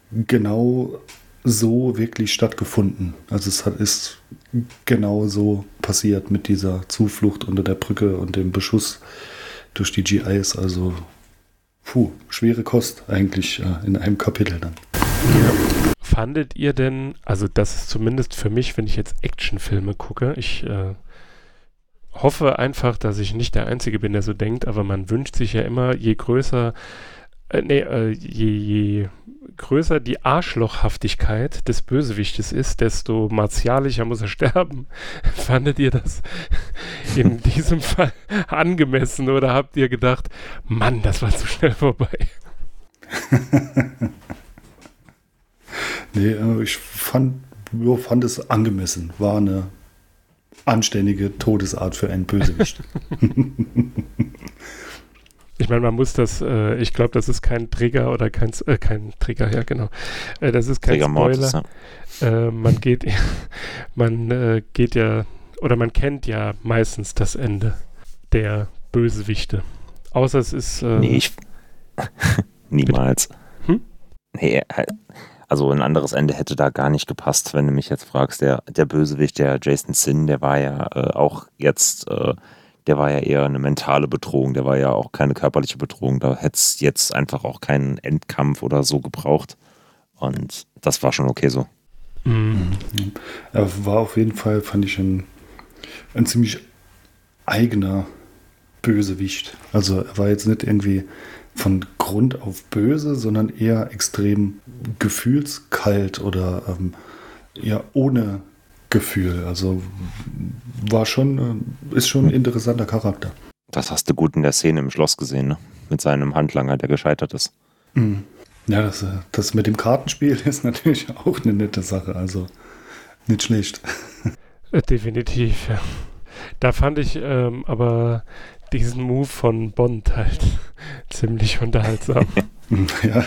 genau so wirklich stattgefunden. Also es hat, ist genau so passiert mit dieser Zuflucht unter der Brücke und dem Beschuss durch die G Is. Also puh, schwere Kost eigentlich äh, in einem Kapitel dann. Ja. Fandet ihr denn, also das ist zumindest für mich, wenn ich jetzt Actionfilme gucke, ich äh, hoffe einfach, dass ich nicht der Einzige bin, der so denkt, aber man wünscht sich ja immer, je größer, äh, nee, äh, je, je größer die Arschlochhaftigkeit des Bösewichtes ist, desto martialischer muss er sterben. Fandet ihr das in diesem Fall angemessen oder habt ihr gedacht, Mann, das war zu schnell vorbei? Nee, ich fand, ja, fand es angemessen. War eine anständige Todesart für einen Bösewicht. Ich meine, man muss das, äh, ich glaube, das ist kein Trigger oder kein, äh, kein Trigger, ja genau. Äh, das ist kein Trigger Spoiler. Mortis, äh, man geht, man äh, geht ja, oder man kennt ja meistens das Ende der Bösewichte. Außer es ist... Äh, nee, ich... Niemals. Hm? Nee, also ein anderes Ende hätte da gar nicht gepasst, wenn du mich jetzt fragst. Der, der Bösewicht, der Jason Sin, der war ja äh, auch jetzt... Äh, der war ja eher eine mentale Bedrohung, der war ja auch keine körperliche Bedrohung. Da hätte es jetzt einfach auch keinen Endkampf oder so gebraucht. Und das war schon okay so. Mhm. Er war auf jeden Fall, fand ich, ein, ein ziemlich eigener Bösewicht. Also er war jetzt nicht irgendwie von Grund auf böse, sondern eher extrem gefühlskalt oder ähm, ja ohne Gefühl. Also war schon, ist schon ein interessanter Charakter. Das hast du gut in der Szene im Schloss gesehen, ne? Mit seinem Handlanger, der gescheitert ist. Mhm. Ja, das, das mit dem Kartenspiel ist natürlich auch eine nette Sache. Also nicht schlecht. Äh, definitiv, ja. Da fand ich ähm, aber diesen Move von Bond halt ziemlich unterhaltsam. Ja.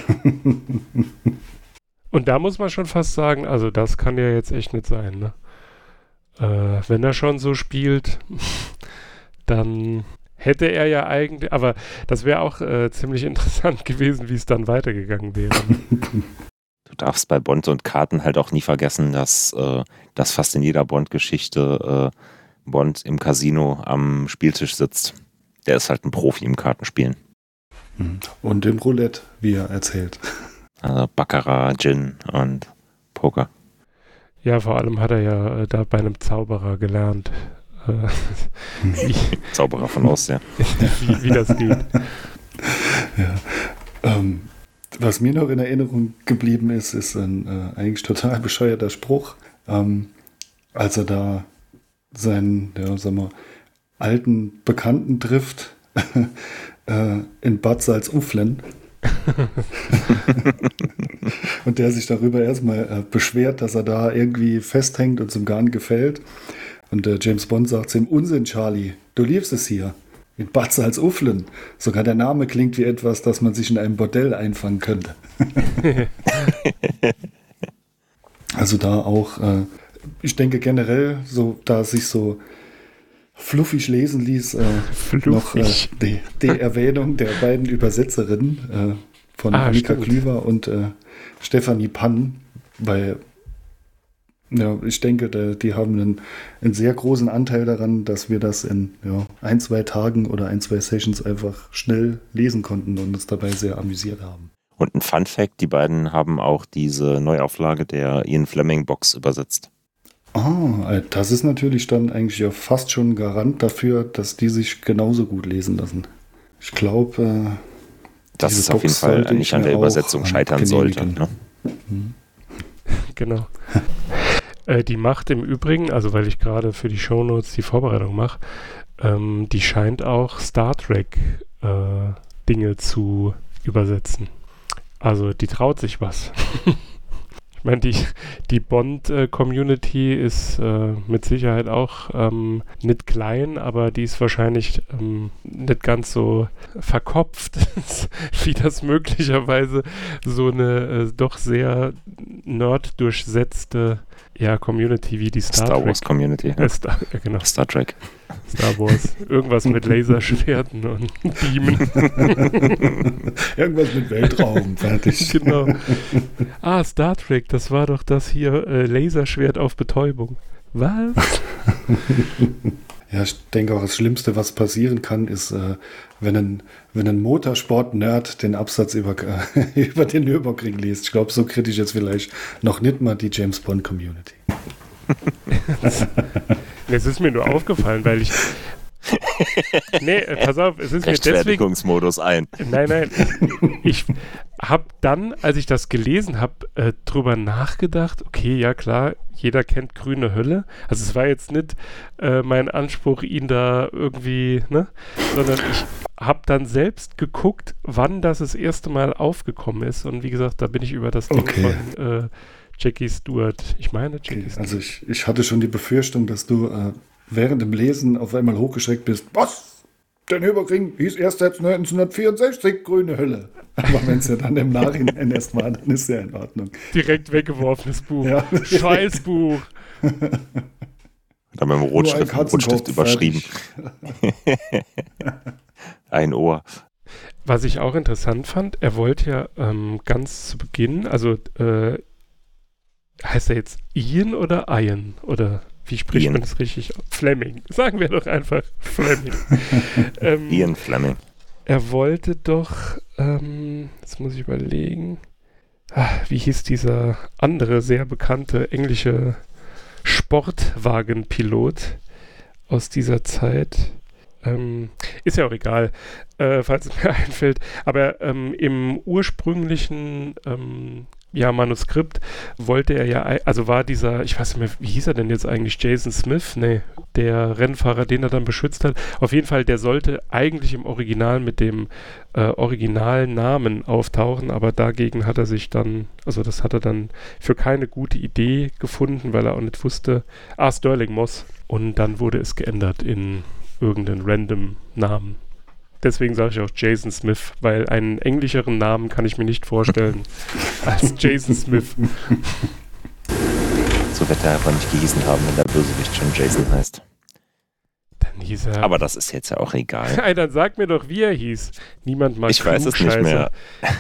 Und da muss man schon fast sagen, also das kann ja jetzt echt nicht sein, ne? Äh, wenn er schon so spielt, dann hätte er ja eigentlich, aber das wäre auch äh, ziemlich interessant gewesen, wie es dann weitergegangen wäre. Du darfst bei Bond und Karten halt auch nie vergessen, dass, äh, dass fast in jeder Bond-Geschichte äh, Bond im Casino am Spieltisch sitzt. Der ist halt ein Profi im Kartenspielen. Und im Roulette, wie er erzählt. Also Baccarat, Gin und Poker. Ja, vor allem hat er ja äh, da bei einem Zauberer gelernt, äh, wie, Zauberer von Ost, ja. wie, wie das geht. Ja. Ähm, was mir noch in Erinnerung geblieben ist, ist ein äh, eigentlich total bescheuerter Spruch. Ähm, als er da seinen, ja, sagen wir, alten Bekannten trifft, äh, in Bad Salzuflen. Und der sich darüber erstmal äh, beschwert, dass er da irgendwie festhängt und zum gar nicht gefällt. Und äh, James Bond sagt zu ihm: Unsinn, Charlie, du liebst es hier. In Bad Salzuflen. Sogar der Name klingt wie etwas, das man sich in einem Bordell einfangen könnte. Also da auch, äh, ich denke generell, so da es sich so fluffig lesen ließ, äh, noch äh, die, die Erwähnung der beiden Übersetzerinnen äh, von Ah, Annika stimmt. Klüver und äh, Stefanie Pann, weil ja, ich denke, da, die haben einen, einen sehr großen Anteil daran, dass wir das in ja, ein, zwei Tagen oder ein, zwei Sessions einfach schnell lesen konnten und uns dabei sehr amüsiert haben. Und ein Fun Fact, die beiden haben auch diese Neuauflage der Ian Fleming Box übersetzt. Ah, das ist natürlich dann eigentlich ja fast schon ein Garant dafür, dass die sich genauso gut lesen lassen. Ich glaube, äh, Dass diese es auf jeden Box Fall sollte nicht ich an mir der auch, Übersetzung ähm, scheitern sollte. genehmigen. Ne? Genau. äh, die macht im Übrigen, also weil ich gerade für die Shownotes die Vorbereitung mache, ähm, die scheint auch Star Trek äh, Dinge zu übersetzen. Also die traut sich was. Ich meine, die, die Bond-Community ist äh, mit Sicherheit auch ähm, nicht klein, aber die ist wahrscheinlich ähm, nicht ganz so verkopft, wie das möglicherweise so eine äh, doch sehr nerd-durchsetzte ja, Community wie die Star, Star Trek. Wars Community. Äh, Star, ja, genau. Star Trek. Star Wars. Irgendwas mit Laserschwerten und Beamen. Irgendwas mit Weltraum, fertig. Genau. Ah, Star Trek, das war doch das hier äh, Laserschwert auf Betäubung. Was? Ja, ich denke auch, das Schlimmste, was passieren kann, ist, äh, wenn ein, wenn ein Motorsport-Nerd den Absatz über, äh, über den Nürburgring liest. Ich glaube, so kritisch jetzt vielleicht noch nicht mal die James Bond-Community. Es ist mir nur aufgefallen, weil ich... Nee, äh, pass auf, es ist mir deswegen... Rechtfertigungsmodus ein. Nein, nein. Ich habe dann, als ich das gelesen habe, äh, drüber nachgedacht, okay, ja klar, jeder kennt Grüne Hölle. Also es war jetzt nicht äh, mein Anspruch, ihn da irgendwie, ne? Sondern ich habe dann selbst geguckt, wann das das erste Mal aufgekommen ist. Und wie gesagt, da bin ich über das Ding Okay. von äh, Jackie Stewart. Ich meine Jackie Okay, Stewart. also ich, ich hatte schon die Befürchtung, dass du äh, während dem Lesen auf einmal hochgeschreckt bist. Was? Der Nürburgring hieß erst seit neunzehnhundertvierundsechzig grüne Hölle. Aber wenn es ja dann im Nachhinein erst war, dann ist ja in Ordnung. Direkt weggeworfenes Buch. Ja. Scheißbuch. Dann mit dem Rotstift, ein Rotstift überschrieben. Ein Ohr. Was ich auch interessant fand, er wollte ja ähm, ganz zu Beginn, also äh, heißt er jetzt Ian oder Ian? Oder wie spricht Ian. man das richtig? Fleming. Sagen wir doch einfach Fleming. ähm, Ian Fleming. Er wollte doch, ähm, jetzt muss ich überlegen, ah, wie hieß dieser andere sehr bekannte englische Sportwagenpilot aus dieser Zeit? Ähm, ist ja auch egal, äh, falls es mir einfällt. Aber ähm, im ursprünglichen ähm, ja, Manuskript wollte er ja, also war dieser, ich weiß nicht mehr, wie hieß er denn jetzt eigentlich, Jason Smith? Nee, der Rennfahrer, den er dann beschützt hat. Auf jeden Fall, der sollte eigentlich im Original mit dem äh, originalen Namen auftauchen, aber dagegen hat er sich dann, also das hat er dann für keine gute Idee gefunden, weil er auch nicht wusste, ah, Sterling Moss. Und dann wurde es geändert in irgendeinen random Namen. Deswegen sage ich auch Jason Smith, weil einen englischeren Namen kann ich mir nicht vorstellen als Jason Smith. So wird er aber nicht gehießen haben, wenn der Bösewicht schon Jason heißt. Dann hieß er... Aber das ist jetzt ja auch egal. Nein, dann sag mir doch, wie er hieß. Niemand mag Ich weiß es nicht mehr.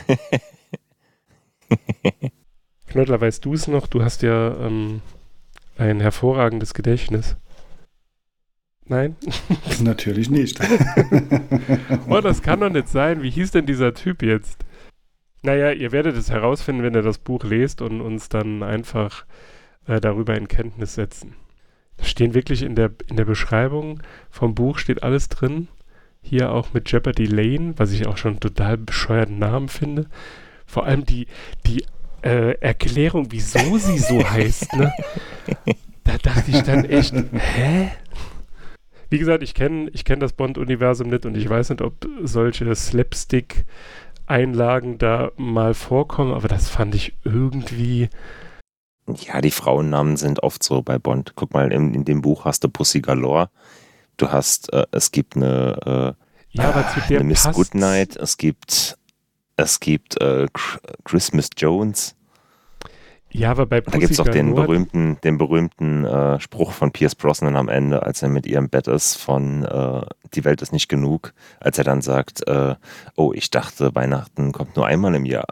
Knottler, weißt du es noch? Du hast ja ähm, ein hervorragendes Gedächtnis. Nein? Natürlich nicht. Oh, das kann doch nicht sein. Wie hieß denn dieser Typ jetzt? Naja, ihr werdet es herausfinden, wenn ihr das Buch lest und uns dann einfach äh, darüber in Kenntnis setzen. Da stehen wirklich in der, in der Beschreibung vom Buch steht alles drin. Hier auch mit Jeopardy Lane, was ich auch schon einen total bescheuerten Namen finde. Vor allem die, die äh, Erklärung, wieso sie so heißt, ne? Da dachte ich dann echt, hä? Wie gesagt, ich kenne ich kenn das Bond-Universum nicht und ich weiß nicht, ob solche Slapstick-Einlagen da mal vorkommen, aber das fand ich irgendwie... Ja, die Frauennamen sind oft so bei Bond. Guck mal, in, in dem Buch hast du Pussy Galore. Du hast, äh, es gibt eine, äh, ja, aber zu der eine Miss passt's. Goodnight, es gibt, es gibt äh, Christmas Jones. Ja, aber bei Da gibt es auch den Galore- berühmten, den berühmten äh, Spruch von Pierce Brosnan am Ende, als er mit ihr im Bett ist, von äh, Die Welt ist nicht genug, als er dann sagt, äh, oh, ich dachte, Weihnachten kommt nur einmal im Jahr.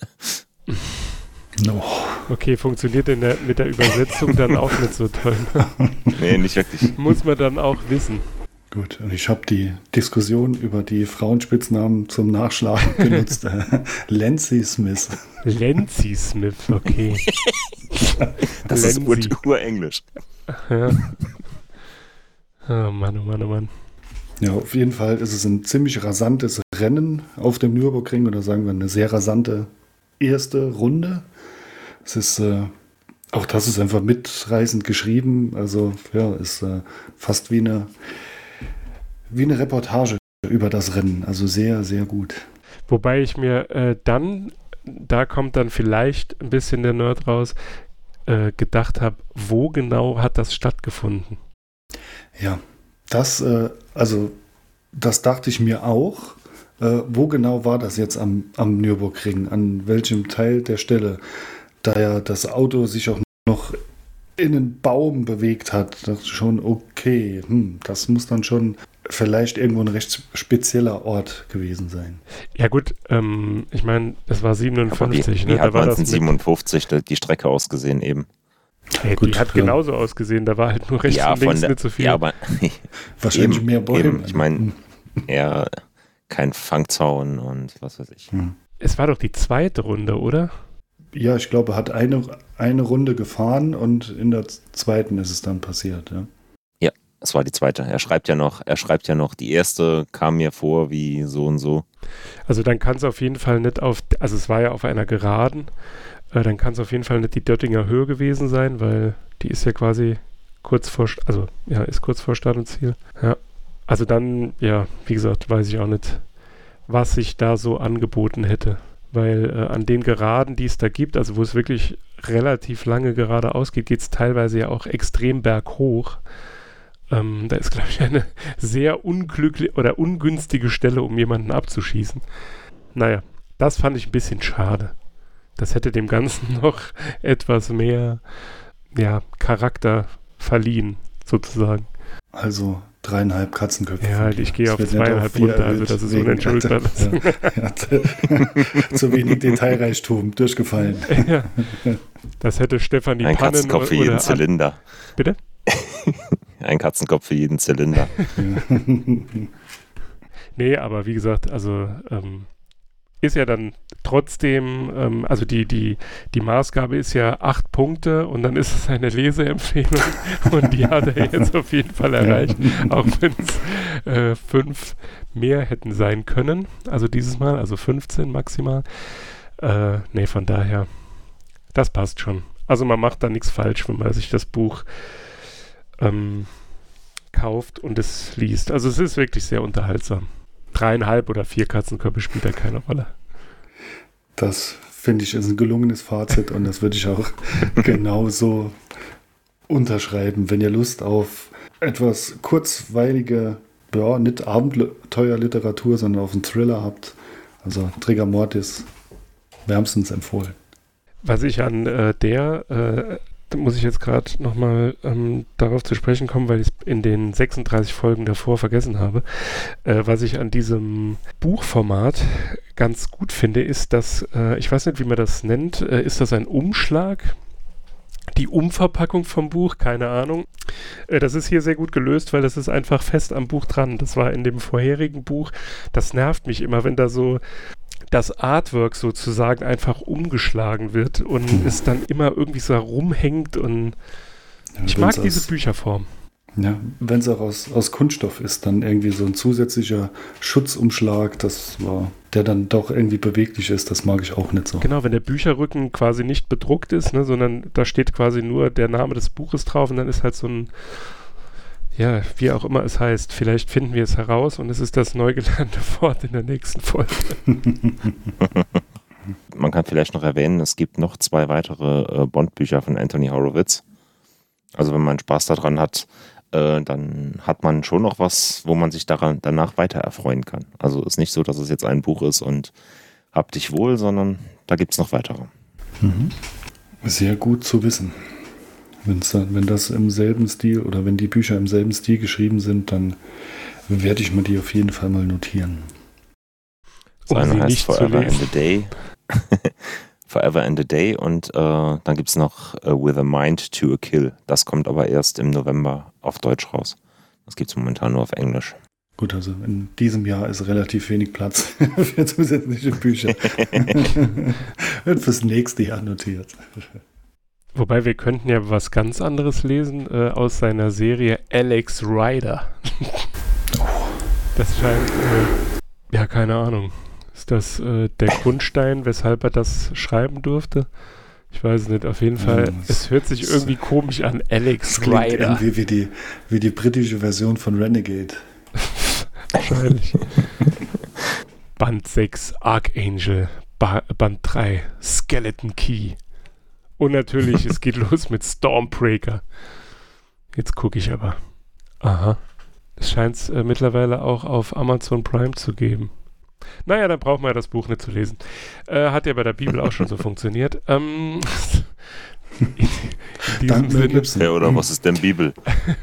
No. Okay, funktioniert in der, mit der Übersetzung dann auch nicht so toll. Nee, nicht wirklich. Muss man dann auch wissen. Gut, und ich habe die Diskussion über die Frauenspitznamen zum Nachschlagen genutzt. Lancy Smith. Lancy Smith, okay. Das ist Lancy. ur- urenglisch. Ja. Oh Mann, oh Mann, oh Mann. Ja, auf jeden Fall ist es ein ziemlich rasantes Rennen auf dem Nürburgring oder sagen wir eine sehr rasante erste Runde. Es ist, äh, auch das ist einfach mitreißend geschrieben. Also ja, ist äh, fast wie eine, wie eine Reportage über das Rennen. Also sehr, sehr gut. Wobei ich mir äh, dann, da kommt dann vielleicht ein bisschen der Nerd raus, äh, gedacht habe, wo genau hat das stattgefunden? Ja, das, äh, also das dachte ich mir auch. Äh, wo genau war das jetzt am, am Nürburgring? An welchem Teil der Stelle? Da ja das Auto sich auch noch in einen Baum bewegt hat, dachte ich schon, okay, hm, das muss dann schon vielleicht irgendwo ein recht spezieller Ort gewesen sein. Ja gut, ähm, ich meine, es war Aber siebenundfünfzig, wie, wie ne? hat Da war das mit, neunzehnhundertsiebenundfünfzig die, die Strecke ausgesehen eben? hey, Gut, die hat ja. genauso ausgesehen, da war halt nur rechts Ja, und links von der, nicht so viel. ja, aber Wahrscheinlich Eben, mehr Bäume. eben. Ich meine, Hm. eher kein Fangzaun und was weiß ich. Es war doch die zweite Runde, oder? Ja, ich glaube, er hat eine, eine Runde gefahren und in der zweiten ist es dann passiert. Ja. Es war die zweite. Er schreibt ja noch, er schreibt ja noch, die erste kam mir vor wie so und so. Also dann kann es auf jeden Fall nicht auf, also es war ja auf einer Geraden, äh, dann kann es auf jeden Fall nicht die Döttinger Höhe gewesen sein, weil die ist ja quasi kurz vor, also ja, ist kurz vor Start und Ziel. Ja, also dann, ja, wie gesagt, weiß ich auch nicht, was sich da so angeboten hätte. Weil äh, an den Geraden, die es da gibt, also wo es wirklich relativ lange geradeaus geht, geht es teilweise ja auch extrem berghoch. Ähm, da ist, glaube ich, eine sehr unglückliche oder ungünstige Stelle, um jemanden abzuschießen. Naja, das fand ich ein bisschen schade. Das hätte dem Ganzen noch etwas mehr ja, Charakter verliehen, sozusagen. Also dreieinhalb Katzenköpfe. Ja, von dir. ich gehe Es auf wird nicht zweieinhalb vier runter, also erhöht, das ist wegen- unentschuldbar. Ja, ja, zu wenig Detailreichtum, durchgefallen. Ja, das hätte Stefanie Ein Pannen Katzenkopf für oder jeden An- Zylinder. Bitte? Ein Katzenkopf für jeden Zylinder. Nee, aber wie gesagt, also ähm, ist ja dann trotzdem, ähm, also die, die, die Maßgabe ist ja acht Punkte und dann ist es eine Leseempfehlung und die hat er jetzt auf jeden Fall erreicht, auch wenn es äh, fünf mehr hätten sein können, also dieses Mal, also fünfzehn maximal. Äh, nee, von daher, das passt schon. Also man macht da nichts falsch, wenn man sich das Buch ähm, kauft und es liest. Also es ist wirklich sehr unterhaltsam. Dreieinhalb oder vier Katzenköpfe spielt da keine Rolle. Das finde ich ist ein gelungenes Fazit und das würde ich auch genauso unterschreiben. Wenn ihr Lust auf etwas kurzweilige, ja, nicht Abenteuerliteratur, sondern auf einen Thriller habt, also Trigger Mortis, wärmstens empfohlen. Was ich an äh, der, äh, da muss ich jetzt gerade nochmal ähm, darauf zu sprechen kommen, weil ich es in den sechsunddreißig Folgen davor vergessen habe. Äh, was ich an diesem Buchformat ganz gut finde, ist, dass, äh, ich weiß nicht, wie man das nennt, äh, ist das ein Umschlag? Die Umverpackung vom Buch, keine Ahnung. Äh, das ist hier sehr gut gelöst, weil das ist einfach fest am Buch dran. Das war in dem vorherigen Buch. Das nervt mich immer, wenn da so das Artwork sozusagen einfach umgeschlagen wird und Hm. es dann immer irgendwie so rumhängt und Ja, ich wenn's mag diese aus, Bücherform. Ja, wenn es auch aus, aus Kunststoff ist, dann irgendwie so ein zusätzlicher Schutzumschlag, das war, der dann doch irgendwie beweglich ist, das mag ich auch nicht so. Genau, wenn der Bücherrücken quasi nicht bedruckt ist, ne, sondern da steht quasi nur der Name des Buches drauf und dann ist halt so ein, ja, wie auch immer es heißt, vielleicht finden wir es heraus und es ist das neu gelernte Wort in der nächsten Folge. Man kann vielleicht noch erwähnen, es gibt noch zwei weitere äh, Bond-Bücher von Anthony Horowitz. Also wenn man Spaß daran hat, äh, dann hat man schon noch was, wo man sich daran danach weiter erfreuen kann. Also ist nicht so, dass es jetzt ein Buch ist und hab dich wohl, sondern da gibt es noch weitere. Mhm. Sehr gut zu wissen. Wenn's dann, wenn das im selben Stil oder wenn die Bücher im selben Stil geschrieben sind, dann werde ich mir die auf jeden Fall mal notieren. Das Um eine sie heißt nicht zu Forever and lesen. a Day. Forever and a Day und äh, dann gibt es noch äh, With a Mind to a Kill. Das kommt aber erst im November auf Deutsch raus. Das gibt es momentan nur auf Englisch. Gut, also in diesem Jahr ist relativ wenig Platz für zusätzliche Bücher. Wird fürs nächste Jahr notiert. Wobei wir könnten ja was ganz anderes lesen äh, aus seiner Serie Alex Rider. Das scheint, äh, ja, keine Ahnung. Ist das äh, der Grundstein, weshalb er das schreiben durfte? Ich weiß es nicht, auf jeden Fall. Ja, Es hört sich irgendwie komisch an, Alex Das klingt Rider. irgendwie wie die, wie die britische Version von Renegade. Wahrscheinlich. Band sechs, Archangel. Ba- Band drei, Skeleton Key. Und natürlich, es geht los mit Stormbreaker. Jetzt gucke ich aber. Aha. Es scheint es äh, mittlerweile auch auf Amazon Prime zu geben. Naja, dann braucht man ja das Buch nicht zu lesen. Äh, hat ja bei der Bibel auch schon so funktioniert. Ähm, in, in diesem Dank Mel Sinne, Gibson. Ja, oder was ist denn Bibel?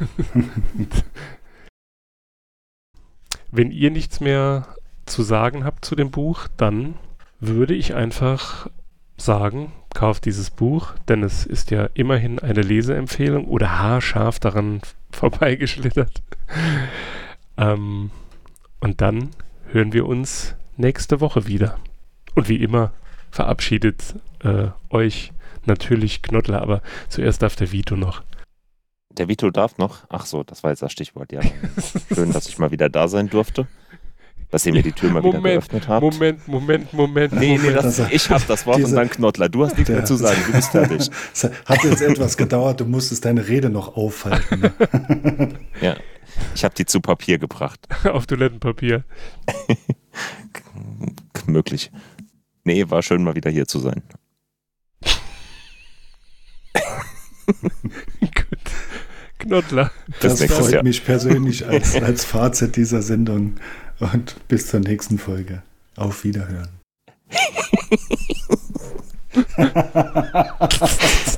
wenn ihr nichts mehr zu sagen habt zu dem Buch, dann würde ich einfach sagen, kauft dieses Buch, denn es ist ja immerhin eine Leseempfehlung oder haarscharf daran vorbeigeschlittert. ähm, und dann hören wir uns nächste Woche wieder. Und wie immer verabschiedet äh, euch natürlich Knottler, aber zuerst darf der Vito noch. Der Vito darf noch? Ach so, das war jetzt das Stichwort. Ja, schön, dass ich mal wieder da sein durfte. Dass ihr mir die Tür mal wieder Moment, geöffnet habt. Moment, Moment, Moment. Nee, nee, Moment. das, ich hab das Wort Diese- und dann Knottler. Du hast nichts mehr zu sagen, du bist fertig. Es hat jetzt etwas gedauert, du musstest deine Rede noch aufhalten. Ne? Ja, ich habe die zu Papier gebracht. Auf Toilettenpapier. Möglich. Nee, war schön mal wieder hier zu sein. Gut. Knottler. Das nächstes freut Jahr. mich persönlich als, als Fazit dieser Sendung. Und bis zur nächsten Folge. Auf Wiederhören.